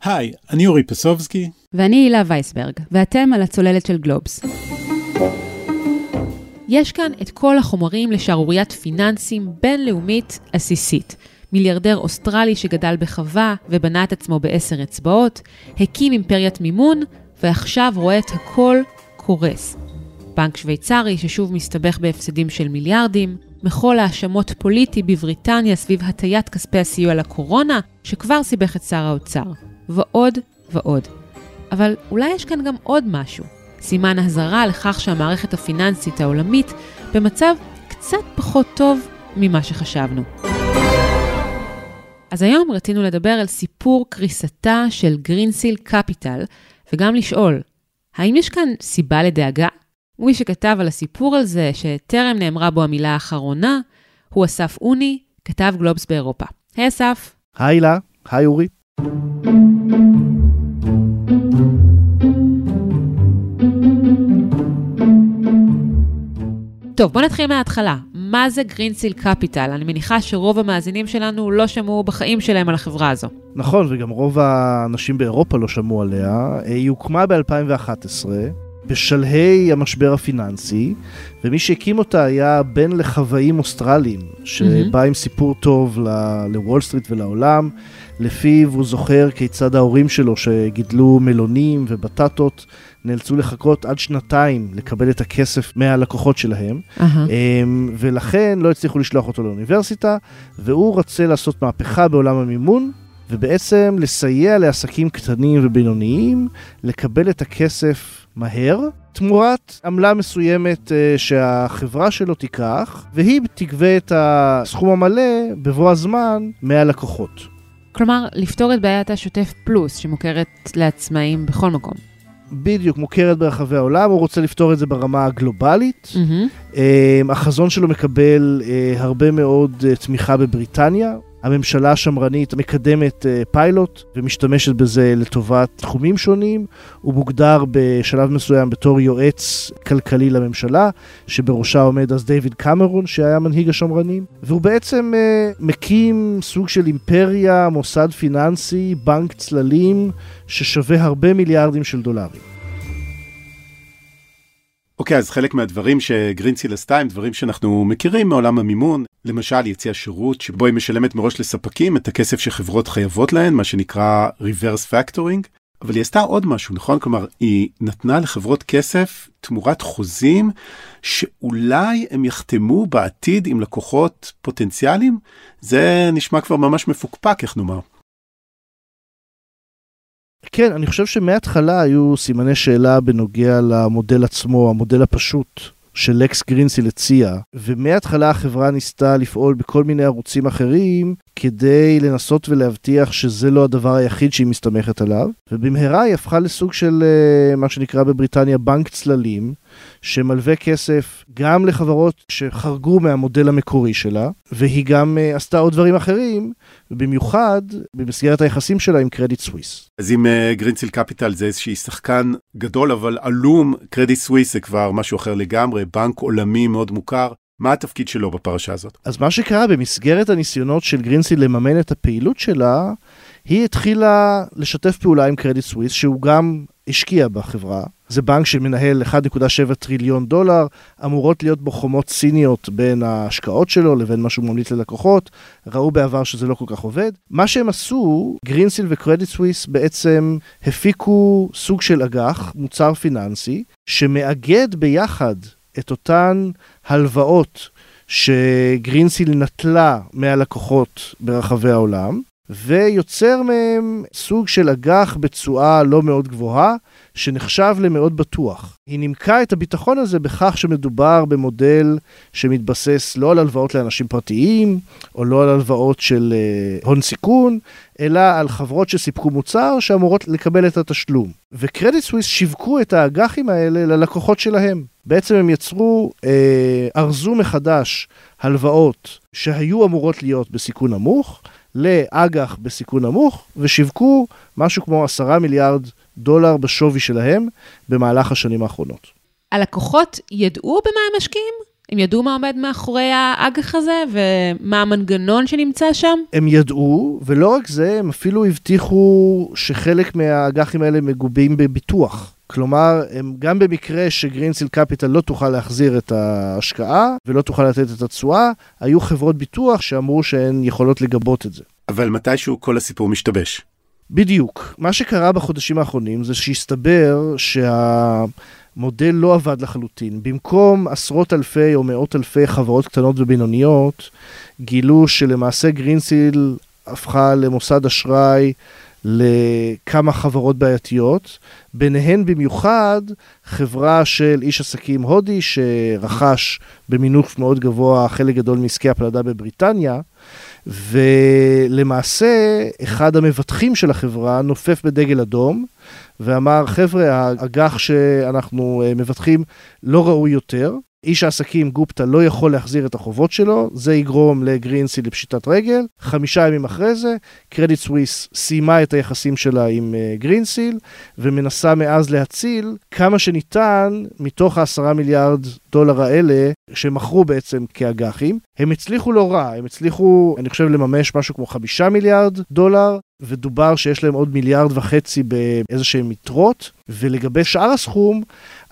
היי, אני אורי פסובסקי. ואני הילה וייסברג, ואתם על הצוללת של גלובס. יש כאן את כל החומרים לשערוריית פיננסים בינלאומית עסיסית. מיליארדר אוסטרלי שגדל בחווה ובנה את עצמו ב10 אצבעות, הקים אימפריית מימון, ועכשיו רואה את הכל קורס. בנק שוויצרי ששוב מסתבך בהפסדים של מיליארדים, מחול האשמות פוליטי בבריטניה סביב הטיית כספי הסיוע לקורונה, שכבר סיבך את שר האוצר. ועוד ועוד. אבל אולי יש כאן גם עוד משהו. סימן הזרה לכך שהמערכת הפיננסית העולמית במצב קצת פחות טוב ממה שחשבנו. אז היום רצינו לדבר על סיפור קריסתה של גרינסיל קפיטל, וגם לשאול, האם יש כאן סיבה לדאגה? מי שכתב על הסיפור הזה, שטרם נאמרה בו המילה האחרונה, הוא אסף אוני, כתב גלובס באירופה. היי אסף. היי לה, היי אורי. טוב, בוא נתחיל מההתחלה. מה זה גרינסיל קפיטל? אני מניחה שרוב המאזינים שלנו לא שמעו בחיים שלהם על החברה הזו. נכון, וגם רוב האנשים באירופה לא שמעו עליה. היא הוקמה ב-2011, בשלהי המשבר הפיננסי, ומי שהקים אותה היה בן לחוואים אוסטרליים, שבא עם סיפור טוב לוול סטריט ולעולם, לפיו הוא זוכר כיצד ההורים שלו שגידלו מלונים ובטטות, נאלצו לחכות עד 2 לקבל את הכסף מהלקוחות שלהם, ולכן לא הצליחו לשלוח אותו לאוניברסיטה, והוא רצה לעשות מהפכה בעולם המימון, ובעצם לסייע לעסקים קטנים ובינוניים, לקבל את הכסף מהר, תמורת עמלה מסוימת שהחברה שלו תיקח, והיא תגבה את הסכום המלא בבוא הזמן מהלקוחות. כלומר, לפתור את בעיית השוטף פלוס שמוכרת לעצמאים בכל מקום. בדיוק, מוכרת ברחבי העולם, הוא רוצה לפתור את זה ברמה הגלובלית. החזון שלו מקבל הרבה מאוד תמיכה בבריטניה. הממשלה השמרנית מקדמת פיילוט ומשתמשת בזה לטובת תחומים שונים. הוא מוגדר בשלב מסוים בתור יועץ כלכלי לממשלה, שבראשה עומד אז דיוויד קמרון, שהיה מנהיג השמרנים. והוא בעצם מקים סוג של אימפריה, מוסד פיננסי, בנק צללים, ששווה הרבה מיליארדים של דולרים. אוקיי, אז חלק מהדברים שגרינסיל עשתה הם דברים שאנחנו מכירים מעולם המימון. למשל, יציע שירות שבו היא משלמת מראש לספקים את הכסף שחברות חייבות להן, מה שנקרא reverse factoring. אבל היא עשתה עוד משהו, נכון? כלומר, היא נתנה לחברות כסף תמורת חוזים שאולי הם יחתמו בעתיד עם לקוחות פוטנציאליים. זה נשמע כבר ממש מפוקפק, איך נאמר. כן, אני חושב שמההתחלה היו סימני שאלה בנוגע למודל עצמו, המודל הפשוט של לקס גרינסיל הציע, ומההתחלה החברה ניסתה לפעול בכל מיני ערוצים אחרים, כדי לנסות ולהבטיח שזה לא הדבר היחיד שהיא מסתמכת עליו, ובמהרה היא הפכה לסוג של מה שנקרא בבריטניה בנק צללים, שמלווה כסף גם לחברות שחרגו מהמודל המקורי שלה, והיא גם עשתה עוד דברים אחרים, ובמיוחד במסגרת היחסים שלה עם קרדיט סוויס. אז אם גרינסיל קפיטל זה איזושהי שחקן גדול, אבל עלום, קרדיט סוויס זה כבר משהו אחר לגמרי, בנק עולמי מאוד מוכר. מה התפקיד שלו בפרשה הזאת? אז מה שקרה במסגרת הניסיונות של גרינסיל לממן את הפעילות שלה, היא התחילה לשתף פעולה עם קרדיט סוויס, שהוא גם השקיע בחברה. זה בנק שמנהל 1.7 טריליון דולר, אמורות להיות בו חומות סיניות בין ההשקעות שלו לבין מה שהוא ממליץ ללקוחות. ראו בעבר שזה לא כל כך עובד. מה שהם עשו, גרינסיל וקרדיט סוויס בעצם הפיקו סוג של אג"ח, מוצר פיננסי, שמאגד ביחד את אותן הלוואות שגרינסיל נטלה מהלקוחות ברחבי העולם, ויוצר מהם סוג של אג"ח בתשואה לא מאוד גבוהה, שנחשב למאוד בטוח. היא נימקה את הביטחון הזה בכך שמדובר במודל שמתבסס לא על הלוואות לאנשים פרטיים, או לא על הלוואות של הון סיכון, אלא על חברות שסיפקו מוצר שאמורות לקבל את התשלום. וקרדיט סוויס שיווקו את האג"חים האלה ללקוחות שלהם. בעצם הם יצרו, ארזו מחדש הלוואות שהיו אמורות להיות בסיכון נמוך, לאג"ח בסיכון נמוך, ושיווקו משהו כמו 10 מיליארד דולר בשווי שלהם במהלך השנים האחרונות. הלקוחות ידעו במה הם משקיעים? הם ידעו מה עומד מאחורי האג"ח הזה, ומה המנגנון שנמצא שם? הם ידעו, ולא רק זה, הם אפילו הבטיחו שחלק מהאג"חים האלה מגובים בביטוח. כלומר, הם גם במקרה שגרינסיל קפיטל לא תוכל להחזיר את ההשקעה, ולא תוכל לתת את התשואה, היו חברות ביטוח שאמרו שהן יכולות לגבות את זה. אבל מתישהו כל הסיפור משתבש. בדיוק. מה שקרה בחודשים האחרונים זה שהסתבר שהמודל לא עבד לחלוטין. במקום עשרות אלפי או מאות אלפי חברות קטנות ובינוניות, גילו שלמעשה גרינסיל הפכה למוסד אשראי לכמה חברות בעייתיות, ביניהן במיוחד חברה של איש עסקים הודי שרכש במינוף מאוד גבוה חלק גדול מעסקי הפלדה בבריטניה, ולמעשה אחד המבטחים של החברה נופף בדגל אדום ואמר, חבר'ה, האג"ח שאנחנו מבטחים לא ראוי יותר, איש העסקים גופטה לא יכול להחזיר את החובות שלו, זה יגרום לגרינסיל לפשיטת רגל. 5 ימים אחרי זה, קרדיט סוויס סיימה את היחסים שלה עם גרינסיל, ומנסה מאז להציל כמה שניתן מתוך $10 מיליארד האלה, שמכרו בעצם כאג"חים. הם הצליחו לא רע, הם הצליחו, אני חושב, לממש משהו כמו $5 מיליארד, ודובר שיש להם עוד $1.5 מיליארד באיזשהם יתרות, ולגבי שאר הסכום,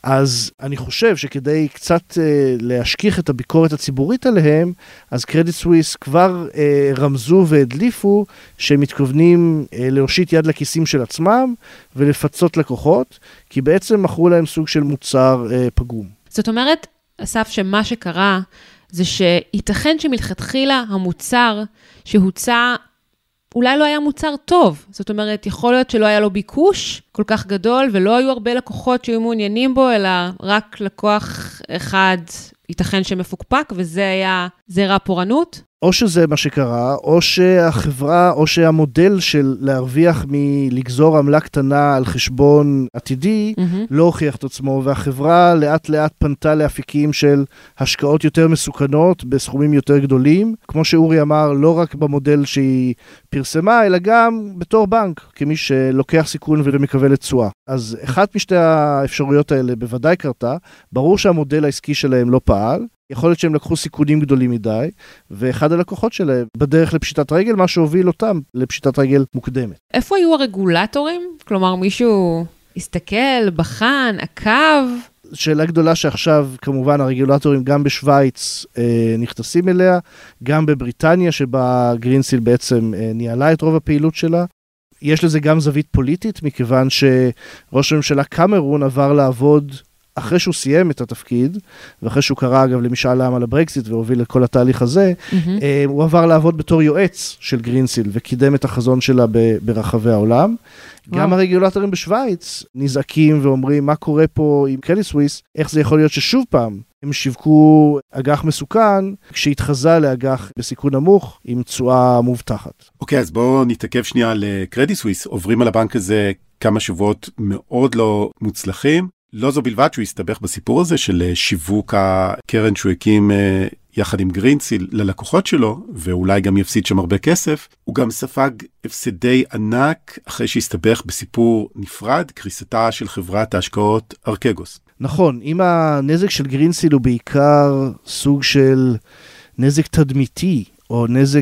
אז אני חושב שכדי קצת להשכיח את הביקורת הציבורית עליהם, אז קרדיט סוויס כבר רמזו והדליפו שהם מתכוונים להושיט יד לכיסים של עצמם ולפצות לקוחות, כי בעצם מכרו להם סוג של מוצר פגום. זאת אומרת, אסף, שמה שקרה זה שייתכן שמלכתחילה המוצר שהוצע אולי לא היה מוצר טוב. זאת אומרת, יכול להיות שלא היה לו ביקוש כל כך גדול, ולא היו הרבה לקוחות שהיו מעוניינים בו, אלא רק לקוח אחד ייתכן שמפוקפק, וזה היה זרע פורענות. או שזה מה שקרה, או שהחברה, או שהמודל של להרוויח מלגזור עמלה קטנה על חשבון עתידי, לא הוכיח את עצמו, והחברה לאט לאט פנתה לאפיקים של השקעות יותר מסוכנות, בסכומים יותר גדולים, כמו שאורי אמר, לא רק במודל שהיא פרסמה, אלא גם בתור בנק, כמי שלוקח סיכון ומקבל את תשואה. אז אחת משתי האפשרויות האלה בוודאי קרתה, ברור שהמודל העסקי שלהם לא פעל, יכול להיות שהם לקחו סיכונים גדולים מדי, ואחד הלקוחות שלהם בדרך לפשיטת רגל, מה שהוביל אותם לפשיטת רגל מוקדמת. איפה היו הרגולטורים? כלומר, מישהו הסתכל, בחן, עקב? שאלה גדולה שעכשיו, כמובן, הרגולטורים גם בשוויץ נכנסים אליה, גם בבריטניה, שבה גרינסיל בעצם ניהלה את רוב הפעילות שלה. יש לזה גם זווית פוליטית, מכיוון שראש הממשלה קמרון עבר לעבוד אחרי שהוא סיים את התפקיד, ואחרי שהוא קרא אגב למשאל העם על הברקזיט והוביל את כל התהליך הזה, הוא עבר לעבוד בתור יועץ של גרינסיל, וקידם את החזון שלה ברחבי העולם. גם הרגולטורים בשוויץ נזעקים ואומרים, מה קורה פה עם קרדיט סוויס, איך זה יכול להיות ששוב פעם הם שיווקו אג"ח מסוכן, כשהתחזה לאג"ח בסיכון נמוך, עם תשואה מובטחת. אוקיי, אז בואו נתעכב שנייה על קרדיט סוויס. עוברים על הבנק הזה כמה שבועות מאוד לא מוצלחים. לא זו בלבד שהוא הסתבך בסיפור הזה של שיווק הקרן שהוא הקים יחד עם גרינסיל ללקוחות שלו, ואולי גם יפסיד שם הרבה כסף, הוא גם ספג הפסדי ענק אחרי שהסתבך בסיפור נפרד, קריסתה של חברת ההשקעות ארקגוס. נכון, אם הנזק של גרינסיל הוא בעיקר סוג של נזק תדמיתי, או נזק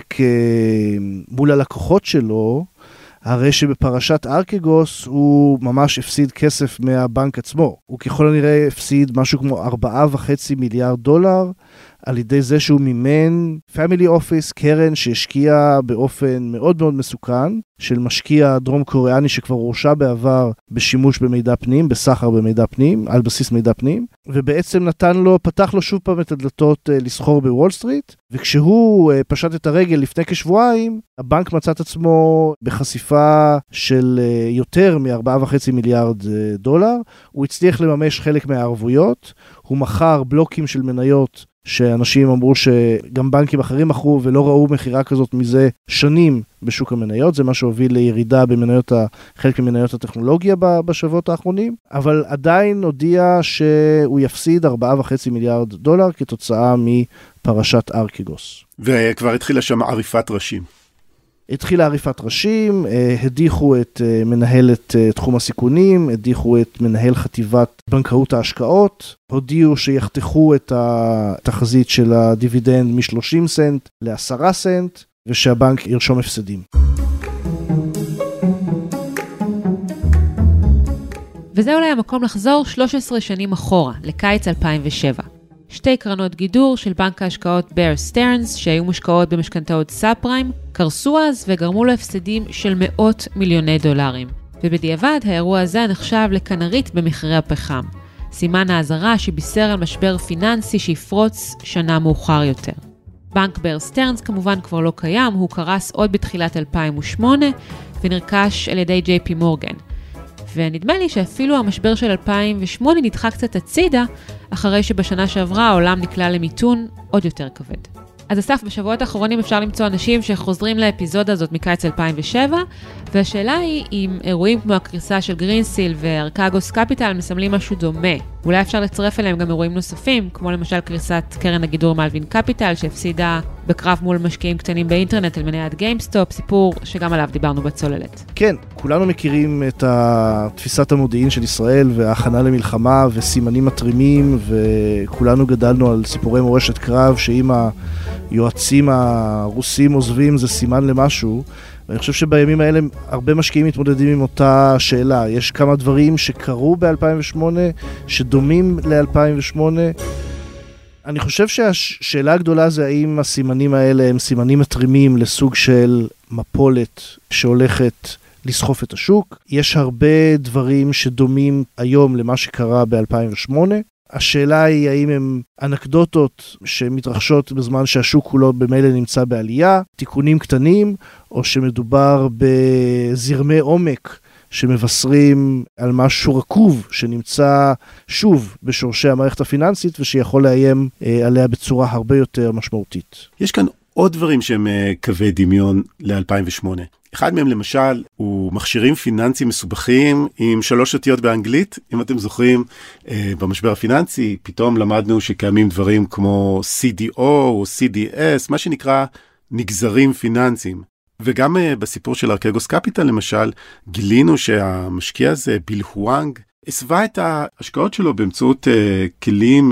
מול הלקוחות שלו, הרי שבפרשת ארקגוס הוא ממש הפסיד כסף מהבנק עצמו. הוא ככל הנראה הפסיד משהו כמו $4.5 מיליארד, על ידי זה שהוא מימן פמילי אופיס, קרן שהשקיע באופן מאוד מאוד מסוכן, של משקיע דרום קוריאני שכבר הורשע בעבר בשימוש במידע פנים, בסחר במידע פנים, על בסיס מידע פנים, ובעצם פתח לו שוב פעם את הדלתות לסחור בוול סטריט, וכשהוא פשט את הרגל לפני כשבועיים, הבנק מצא את עצמו בחשיפה של יותר מ$4.5 מיליארד, הוא הצליח לממש חלק מהערבויות, הוא מכר בלוקים של מניות שאנשים אמרו שגם בנקים אחרים מכרו ולא ראו מחירה כזאת מזה שנים בשוק המניות, זה מה שהוביל לירידה חלק ממניות הטכנולוגיה בשבועות האחרונים, אבל עדיין הודיע שהוא יפסיד $4.5 מיליארד כתוצאה מפרשת ארקגוס. וכבר התחילה שם עריפת ראשים. התחילה עריפת ראשים, הדיחו את מנהלת תחום הסיכונים, הדיחו את מנהל חטיבת בנקאות ההשקעות, הודיעו שיחתכו את התחזית של הדיבידנד מ-30 סנט ל-10 סנט, ושהבנק ירשום הפסדים. וזה אולי המקום לחזור 13 שנים אחורה, לקיץ 2007. שתי קרנות גידור של בנק ההשקעות בר סטרנס, שהיו מושקעות במשכנתאות סאב פריים, קרסו אז וגרמו להפסדים של מאות מיליוני דולרים. ובדיעבד האירוע הזה נחשב לקנרית במחירי הפחם. סימן האזהרה שבישר על משבר פיננסי שיפרוץ שנה מאוחר יותר. בנק בר סטרנס כמובן כבר לא קיים, הוא קרס עוד בתחילת 2008 ונרכש על ידי ג'יי פי מורגן. ונדמה לי שאפילו המשבר של 2008 נדחה קצת הצידה, אחרי שבשנה שעברה העולם נקלע למיתון עוד יותר כבד. אז אסף, בשבועות האחרונים אפשר למצוא אנשים שחוזרים לאפיזודה הזאת מקיץ 2007, והשאלה היא אם אירועים כמו הקריסה של גרינסיל וארקגוס קפיטל מסמלים משהו דומה. אולי אפשר לצרף אליהם גם אירועים נוספים, כמו למשל קריסת קרן הגידור מלווין קפיטל, שהפסידה בקרב מול משקיעים קטנים באינטרנט על מניית גיימסטופ, סיפור שגם עליו דיברנו בצוללת. כן, כולנו מכירים את תפיסת המודיעין של ישראל וההכנה למלחמה וסימנים מטרימים, וכולנו גדלנו על סיפורי מורשת קרב, שאם היועצים הרוסים עוזבים זה סימן למשהו. ואני חושב שבימים האלה הרבה משקיעים מתמודדים עם אותה שאלה. יש כמה דברים שקרו ב-2008 שדומים ל-2008. אני חושב שהשאלה הגדולה זה האם הסימנים האלה הם סימנים מטרימים לסוג של מפולת שהולכת לסחוף את השוק. יש הרבה דברים שדומים היום למה שקרה ב-2008. השאלה היא האם הם אנקדוטות שמתרחשות בזמן שהשוק כולו במילא נמצא בעלייה, תיקונים קטנים, או שמדובר בזרמי עומק שמבשרים על משהו רקוב שנמצא שוב בשורשי המערכת הפיננסית ושיכול לאיים עליה בצורה הרבה יותר משמעותית. יש כאן עוד דברים שהם קווי דמיון ל-2008. אחד מהם למשל הוא מכשירים פיננסיים מסובכים עם 3 אותיות באנגלית. אם אתם זוכרים, במשבר הפיננסי פתאום למדנו שקיימים דברים כמו CDO או CDS, מה שנקרא נגזרים פיננסיים. וגם בסיפור של ארקגוס קפיטל למשל, גילינו שהמשקיע הזה, ביל הואנג, הסווה את ההשקעות שלו באמצעות כלים,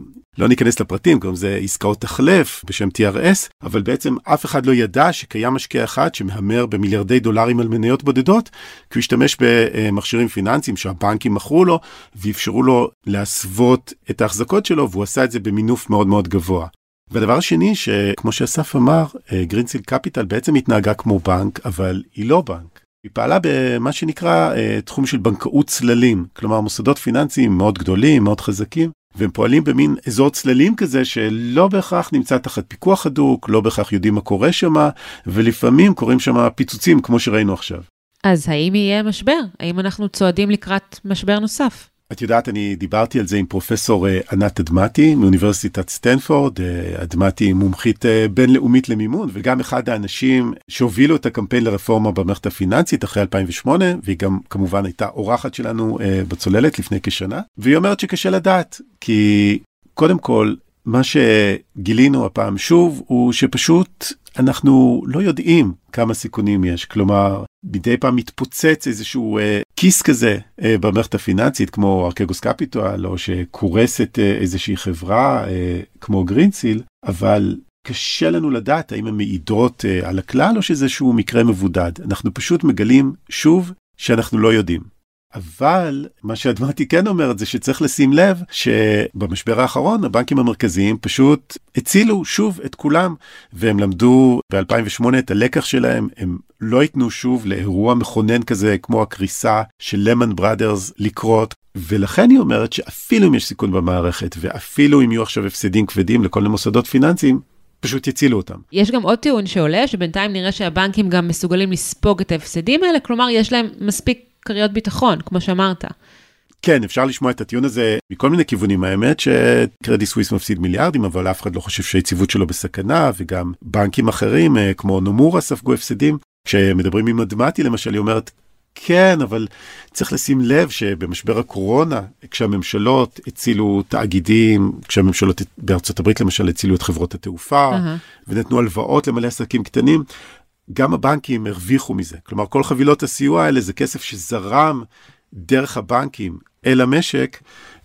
לא ניכנס לפרטים, גם זה עסקאות תחלף בשם TRS, אבל בעצם אף אחד לא ידע שקיים משקיע אחד שמהמר במיליארדי דולרים על מניות בודדות, כי הוא השתמש במכשירים פיננסיים שהבנקים מכרו לו, ואפשרו לו להסוות את ההחזקות שלו, והוא עשה את זה במינוף מאוד מאוד גבוה. והדבר השני, שכמו שאסף אמר, גרינסיל קפיטל בעצם התנהגה כמו בנק, אבל היא לא בנק. היא פעלה במה שנקרא תחום של בנקאות צללים, כלומר מוסדות פיננסיים מאוד גדולים, מאוד חזקים, והם פועלים במין אזור צללים כזה שלא בהכרח נמצא תחת פיקוח הדוק, לא בהכרח יודעים מה קורה שם, ולפעמים קוראים שם פיצוצים כמו שראינו עכשיו. אז האם יהיה משבר? האם אנחנו צועדים לקראת משבר נוסף? את יודעת, אני דיברתי על זה עם פרופסור ענת אדמתי מאוניברסיטת סטנפורד. אדמתי מומחית בינלאומית למימון, וגם אחד האנשים שהובילו את הקמפיין לרפורמה במערכת הפיננסית אחרי 2008, והיא גם כמובן הייתה אורחת שלנו בצוללת לפני כשנה, והיא אומרת שקשה לדעת, כי קודם כל, מה שגילינו הפעם שוב, הוא שפשוט אנחנו לא יודעים כמה סיכונים יש. כלומר, מדי פעם מתפוצץ איזשהו כיס כזה במערכת הפיננסית, כמו ארקגוס קפיטל, או שקורסת איזושהי חברה כמו גרינסיל, אבל קשה לנו לדעת האם הן מעידות על הכלל, או שזה איזשהו מקרה מבודד. אנחנו פשוט מגלים שוב שאנחנו לא יודעים. אבל מה שאדמתי כן אומרת זה שצריך לשים לב שבמשבר האחרון הבנקים המרכזיים פשוט הצילו שוב את כולם, והם למדו ב-2008 את הלקח שלהם. הם לא ייתנו שוב לאירוע מכונן כזה כמו הקריסה של למון בראדרס לקרות, ולכן היא אומרת שאפילו אם יש סיכון במערכת ואפילו אם יהיו עכשיו הפסדים כבדים לכל המוסדות פיננסיים, פשוט יצילו אותם. יש גם עוד טיעון שעולה, שבינתיים נראה שהבנקים גם מסוגלים לספוג את ההפסדים האלה, כלומר יש להם מספיק קריות ביטחון, כמו שאמרת. כן, אפשר לשמוע את הטיעון הזה מכל מיני כיוונים. האמת שקרדיט סוויס מפסיד מיליארדים, אבל אף אחד לא חושב שהיציבות שלו בסכנה, וגם בנקים אחרים כמו נומורה ספגו הפסדים. כשמדברים עם אדמתי למשל, היא אומרת, כן, אבל צריך לשים לב שבמשבר הקורונה, כשהממשלות הצילו תאגידים, כשהממשלות בארצות הברית למשל הצילו את חברות התעופה, ונתנו הלוואות למלא עסקים קטנים, גם הבנקים הרוויחו מזה. כלומר, כל חבילות הסיוע האלה זה כסף שזרם דרך הבנקים אל המשק,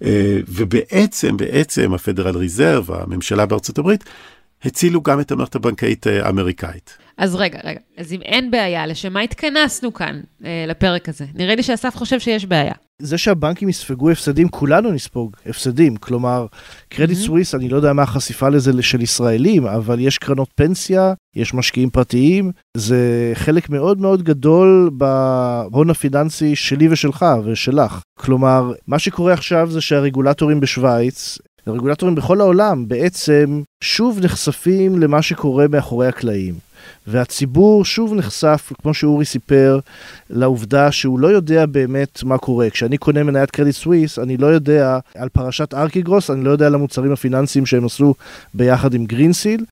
ובעצם הפדרל ריזרב, הממשלה בארצות הברית, הצילו גם את המערכת הבנקאית האמריקאית. אז רגע. אז אם אין בעיה, לשם מה התכנסנו כאן לפרק הזה? נראה לי שאסף חושב שיש בעיה. זה שהבנקים יספגו הפסדים, כולנו נספוג הפסדים. כלומר, קרדיט סוויס, אני לא יודע מה החשיפה לזה של ישראלים, אבל יש קרנות פנסיה, יש משקיעים פרטיים, זה חלק מאוד מאוד גדול בהון הפיננסי שלי ושלך ושלך. כלומר, מה שקורה עכשיו זה שהרגולטורים בשוויץ, הרגולטורים בכל העולם בעצם שוב נחשפים למה שקורה מאחורי הקלעים. והציבור שוב נחשף, כמו שאורי סיפר, לעובדה שהוא לא יודע באמת מה קורה. כשאני קונה מניית קרדיט סוויס, אני לא יודע על פרשת ארקיגרוס, אני לא יודע על המוצרים הפיננסיים שהם עשו ביחד עם גרינסיל,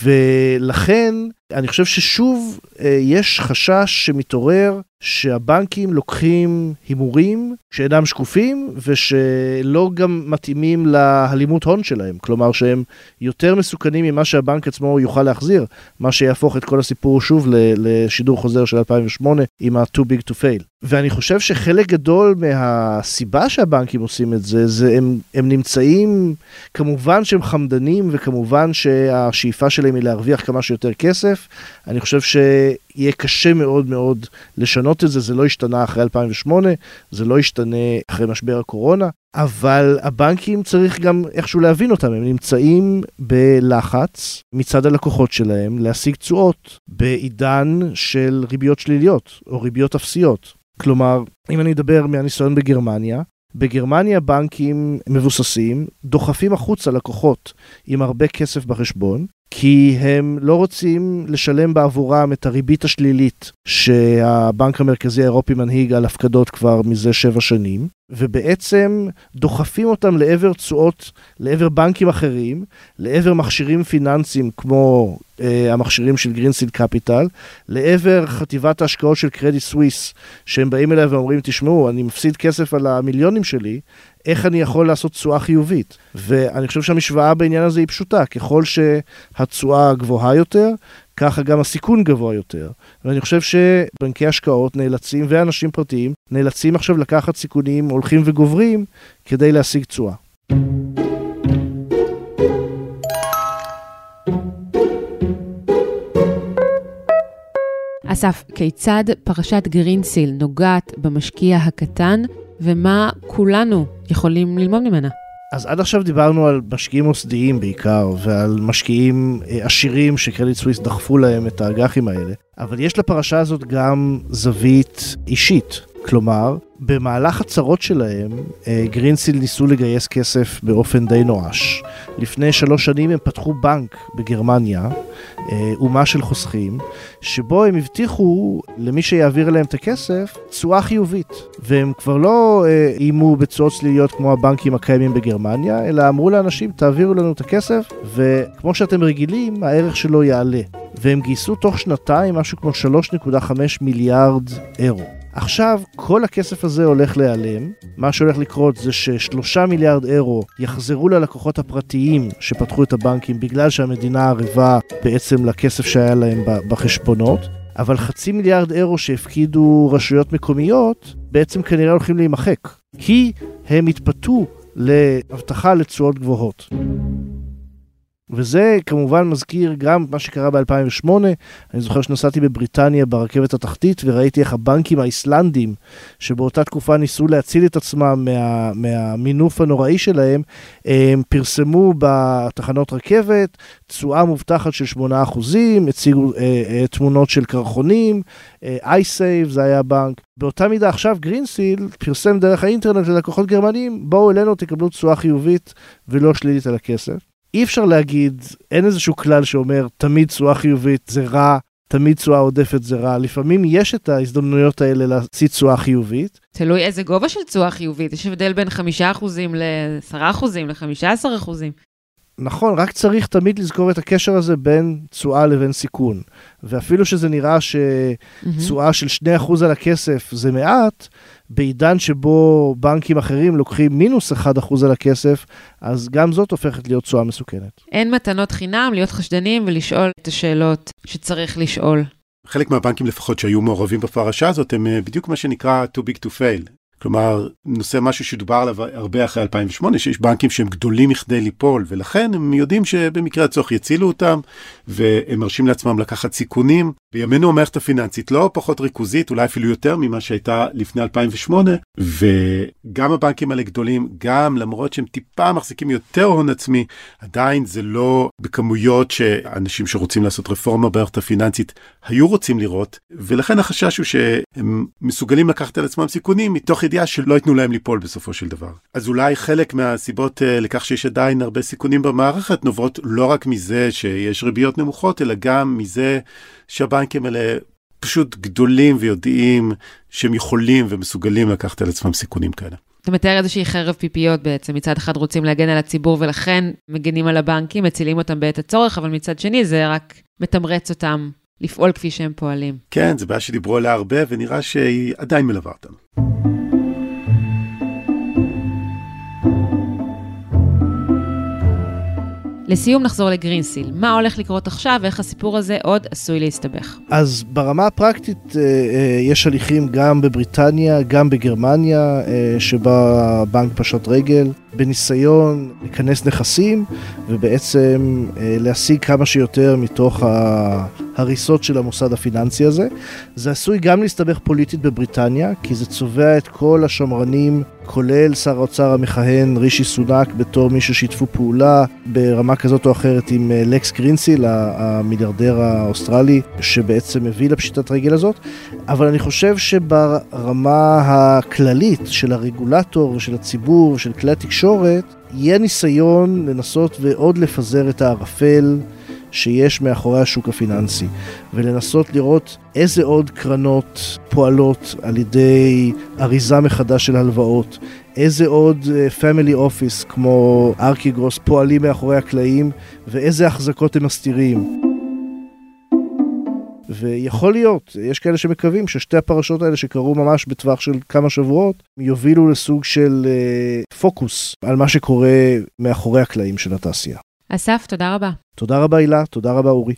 ולכן אני חושב ששוב יש חשש שמתעורר שהבנקים לוקחים הימורים שאינם שקופים ושלא גם מתאימים להלימות הון שלהם, כלומר שהם יותר מסוכנים ממה שהבנק עצמו יוכל להחזיר, מה שיהפוך את כל הסיפור שוב לשידור חוזר של 2008 עם ה-too big to fail. ואני חושב שחלק גדול מהסיבה שהבנקים עושים את זה, זה הם נמצאים, כמובן שהם חמדנים וכמובן שהשאיפה שלהם היא להרוויח כמה שיותר כסף. אני חושב שיהיה קשה מאוד מאוד לשנות את זה, זה לא השתנה אחרי 2008, זה לא ישתנה אחרי משבר הקורונה, אבל הבנקים צריך גם איכשהו להבין אותם, הם נמצאים בלחץ מצד הלקוחות שלהם להשיג תשואות בעידן של ריביות שליליות או ריביות אפסיות. כלומר, אם אני אדבר מהניסיון בגרמניה בנקים מבוססים דוחפים החוצה לקוחות עם הרבה כסף בחשבון, כי הם לא רוצים לשלם בעבורם את הריבית השלילית שהבנק המרכזי האירופי מנהיג על הפקדות כבר מזה 7 שנים, ובעצם דוחפים אותם לעבר תשואות, לעבר בנקים אחרים, לעבר מכשירים פיננסיים כמו המכשירים של גרינסיל קפיטל, לעבר חטיבת ההשקעות של קרדיט סוויס, שהם באים אליי ואומרים, תשמעו, אני מפסיד כסף על המיליונים שלי, איך אני יכול לעשות תשואה חיובית? ואני חושב שהמשוואה בעניין הזה היא פשוטה, ככל שהתשואה גבוהה יותר, ככה גם הסיכון גבוה יותר. ואני חושב שבנקי השקעות נאלצים, ואנשים פרטיים, נאלצים עכשיו לקחת סיכונים הולכים וגוברים, כדי להשיג תשואה. אסף, כיצד פרשת גרינסיל נוגעת במשקיע הקטן, ומה כולנו יכולים ללמוד ממנה? אז עד עכשיו דיברנו על משקיעים מוסדיים בעיקר, ועל משקיעים עשירים שקרדיט סוויס דחפו להם את האג"חים האלה, אבל יש לפרשה הזאת גם זווית אישית. כלומר, במהלך הצרות שלהם, גרינסיל ניסו לגייס כסף באופן די נואש. לפני 3 שנים הם פתחו בנק בגרמניה, אומה של חוסכים, שבו הם הבטיחו למי שיעביר להם את הכסף, תשואה חיובית. והם כבר לא אימו בתשואות שליליות כמו הבנקים הקיימים בגרמניה, אלא אמרו לאנשים, תעבירו לנו את הכסף, וכמו שאתם רגילים, הערך שלו יעלה. והם גייסו תוך 2 משהו כמו 3.5 מיליארד אירו. עכשיו, כל הכסף הזה הולך להיעלם. מה שהולך לקרות זה ש3 מיליארד אירו יחזרו ללקוחות הפרטיים שפתחו את הבנקים, בגלל שהמדינה ערבה בעצם לכסף שהיה להם בחשבונות, אבל 0.5 מיליארד אירו שהפקידו רשויות מקומיות, בעצם כנראה הולכים להימחק, כי הם התפתו להבטחה לתשואות גבוהות. וזה כמובן מזכיר גם מה שקרה ב-2008, אני זוכר שנסעתי בבריטניה ברכבת התחתית וראיתי איך הבנקים האיסלנדים שבאותה תקופה ניסו להציל את עצמם מהמינוף הנוראי שלהם, הם פרסמו בתחנות רכבת תשואה מובטחת של 8%, הציגו תמונות של קרחונים, iSave זה היה בנק. באותה מידה עכשיו גרינסיל פרסם דרך האינטרנט ללקוחות גרמנים, בואו אלינו תקבלו תשואה חיובית ולא שלילית על הכסף. אי אפשר להגיד, אין איזשהו כלל שאומר, תמיד תשואה חיובית זה רע, תמיד תשואה עודפת זה רע. לפעמים יש את ההזדמנויות האלה להציע תשואה חיובית. תלוי איזה גובה של תשואה חיובית. יש הבדל בין 5% ל10%, ל15%. נכון, רק צריך תמיד לזכור את הקשר הזה בין תשואה לבין סיכון. ואפילו שזה נראה שתשואה של 2% על הכסף זה מעט, בעידן שבו בנקים אחרים לוקחים -1% על הכסף, אז גם זאת הופכת להיות תשואה מסוכנת. אין מתנות חינם, להיות חשדנים ולשאול את השאלות שצריך לשאול. חלק מהבנקים לפחות שהיו מעורבים בפרשה הזאת, הם בדיוק מה שנקרא too big to fail. כלומר, נושא משהו שדובר עליו הרבה אחרי 2008, שיש בנקים שהם גדולים מכדי ליפול, ולכן הם יודעים שבמקרה הצורך יצילו אותם, והם מרשים לעצמם לקחת סיכונים. בימינו המערכת הפיננסית לא פחות ריכוזית, אולי אפילו יותר ממה שהייתה לפני 2008, וגם הבנקים האלה גדולים, גם למרות שהם טיפה מחזיקים יותר הון עצמי, עדיין זה לא בכמויות שאנשים שרוצים לעשות רפורמה במערכת הפיננסית היו רוצים לראות, ולכן החשש הוא שהם מסוגלים לקחת על עצמם סיכונים, מתוך ידיעה שלא ייתנו להם ליפול בסופו של דבר. אז אולי חלק מהסיבות לכך שיש עדיין הרבה סיכונים במערכת נובעות לא רק מזה שיש ריביות נמוכות, אלא גם מזה שהבנקים האלה פשוט גדולים ויודעים שהם יכולים ומסוגלים לקחת על עצמם סיכונים כאלה. אתה מתאר איזושהי חרב פיפיות בעצם, מצד אחד רוצים להגן על הציבור ולכן מגנים על הבנקים, מצילים אותם בעת הצורך, אבל מצד שני זה רק מתמרץ אותם לפעול כפי שהם פועלים. כן, זה בעיה שדיברו עליה הרבה ונראה שהיא עדיין מלווה אותנו. לסיום נחזור לגרינסיל. מה הולך לקרות עכשיו ואיך הסיפור הזה עוד עשוי להסתבך? אז ברמה הפרקטית יש הליכים גם בבריטניה, גם בגרמניה, שבה הבנק פשט רגל, בניסיון לכנס נכסים ובעצם להשיג כמה שיותר מתוך ההריסות של המוסד הפיננסי הזה. זה עשוי גם להסתבך פוליטית בבריטניה, כי זה צובע את כל השמרנים, כולל שר האוצר המכהן רישי סונאק, בתור מי ששיתפו פעולה ברמה כזאת או אחרת עם לקס גרינסיל, המיליארדר האוסטרלי, שבעצם הביא לפשיטת רגל הזאת. אבל אני חושב שברמה הכללית של הרגולטור ושל הציבור ושל כלי התקשורת, יהיה ניסיון לנסות ועוד לפזר את הערפל שיש מאחורי השוק הפיננסי, ולנסות לראות איזה עוד קרנות פועלות על ידי אריזה מחדש של הלוואות, איזה עוד family office כמו ארקיגרוס פועלים מאחורי הקלעים, ואיזה החזקות הם מסתירים. ויכול להיות, יש כאלה שמקווים ששתי הפרשות האלה שקרו ממש בטווח של כמה שבועות, יובילו לסוג של פוקוס על מה שקורה מאחורי הקלעים של התעשייה. אסף, תודה רבה. תודה רבה הילה, תודה רבה אורי.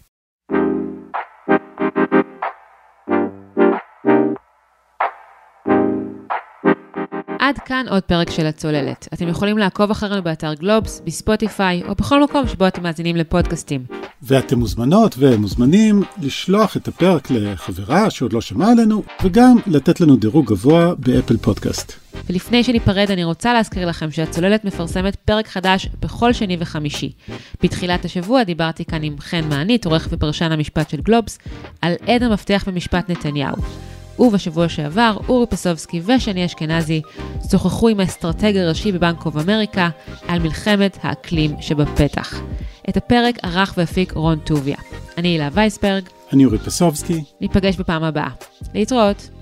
עד כאן עוד פרק של הצוללת. אתם יכולים לעקוב אחרינו באתר גלובס, בספוטיפיי, או בכל מקום שבו אתם מאזינים לפודקאסטים. ואתם מוזמנות ומוזמנים לשלוח את הפרק לחברה שעוד לא שמעה עלינו, וגם לתת לנו דירוג גבוה באפל פודקאסט. ולפני שניפרד, אני רוצה להזכיר לכם שהצוללת מפרסמת פרק חדש בכל שני וחמישי. בתחילת השבוע דיברתי כאן עם חן מענית, עורך ופרשן המשפט של גלובס, על עד המפתח במשפט נתניהו. ובשבוע שעבר, אורי פסובסקי ושני אשכנזי שוחחו עם האסטרטג הראשי בבנק אוף אמריקה על מלחמת האקלים שבפתח. את הפרק ערך והפיק רון טוביה. אני הילה וייסברג. אני אורי פסובסקי. ניפגש בפעם הבאה. להתראות.